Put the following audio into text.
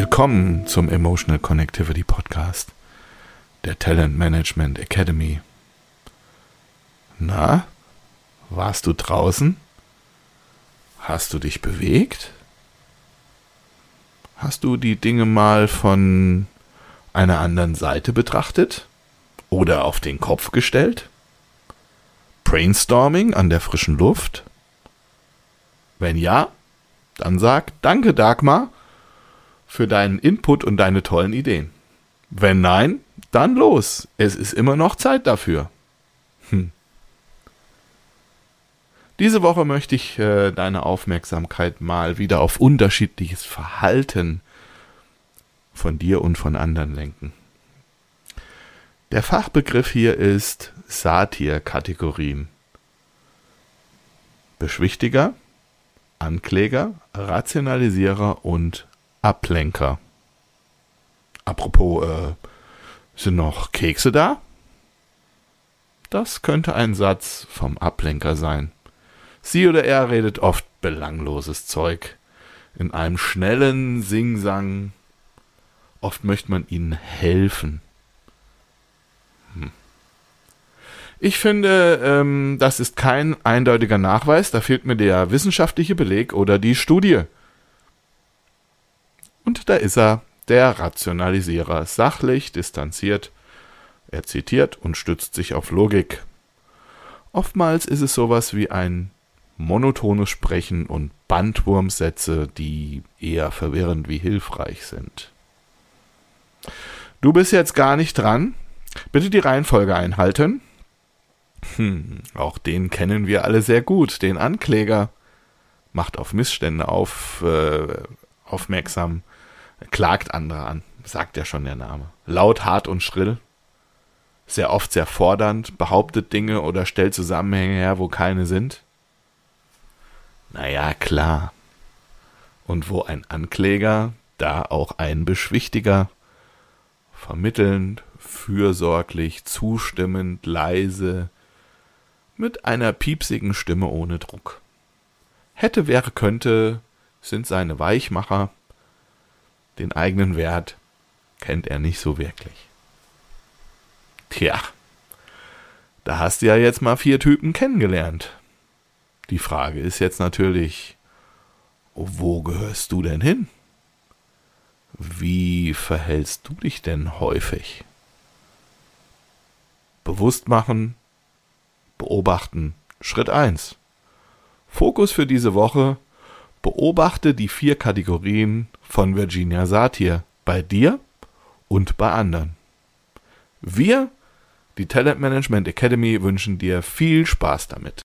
Willkommen zum Emotional Connectivity Podcast der Talent Management Academy. Na, warst du draußen? Hast du dich bewegt? Hast du die Dinge mal von einer anderen Seite betrachtet? Oder auf den Kopf gestellt? Brainstorming an der frischen Luft? Wenn ja, dann sag Danke, Dagmar, für deinen Input und deine tollen Ideen. Wenn nein, dann los. Es ist immer noch Zeit dafür. Diese Woche möchte ich deine Aufmerksamkeit mal wieder auf unterschiedliches Verhalten von dir und von anderen lenken. Der Fachbegriff hier ist Satir-Kategorien. Beschwichtiger, Ankläger, Rationalisierer und Ablenker. Apropos, sind noch Kekse da? Das könnte ein Satz vom Ablenker sein. Sie oder er redet oft belangloses Zeug. In einem schnellen Singsang. Oft möchte man ihnen helfen. Ich finde, das ist kein eindeutiger Nachweis. Da fehlt mir der wissenschaftliche Beleg oder die Studie. Und da ist er, der Rationalisierer, sachlich, distanziert. Er zitiert und stützt sich auf Logik. Oftmals ist es sowas wie ein monotones Sprechen und Bandwurmsätze, die eher verwirrend wie hilfreich sind. Du bist jetzt gar nicht dran. Bitte die Reihenfolge einhalten. Auch den kennen wir alle sehr gut, den Ankläger. Macht auf Missstände aufmerksam, klagt andere an, sagt ja schon der Name. Laut, hart und schrill, sehr oft sehr fordernd, behauptet Dinge oder stellt Zusammenhänge her, wo keine sind. Naja, klar. Und wo ein Ankläger, da auch ein Beschwichtiger, vermittelnd, fürsorglich, zustimmend, leise, mit einer piepsigen Stimme ohne Druck. Hätte, wäre, könnte, sind seine Weichmacher. Den eigenen Wert kennt er nicht so wirklich. Tja, da hast du ja jetzt mal 4 Typen kennengelernt. Die Frage ist jetzt natürlich, wo gehörst du denn hin? Wie verhältst du dich denn häufig? Bewusst machen, beobachten. Schritt 1. Fokus für diese Woche: beobachte die 4 Kategorien von Virginia Satir bei dir und bei anderen. Wir, die Talent Management Academy, wünschen dir viel Spaß damit.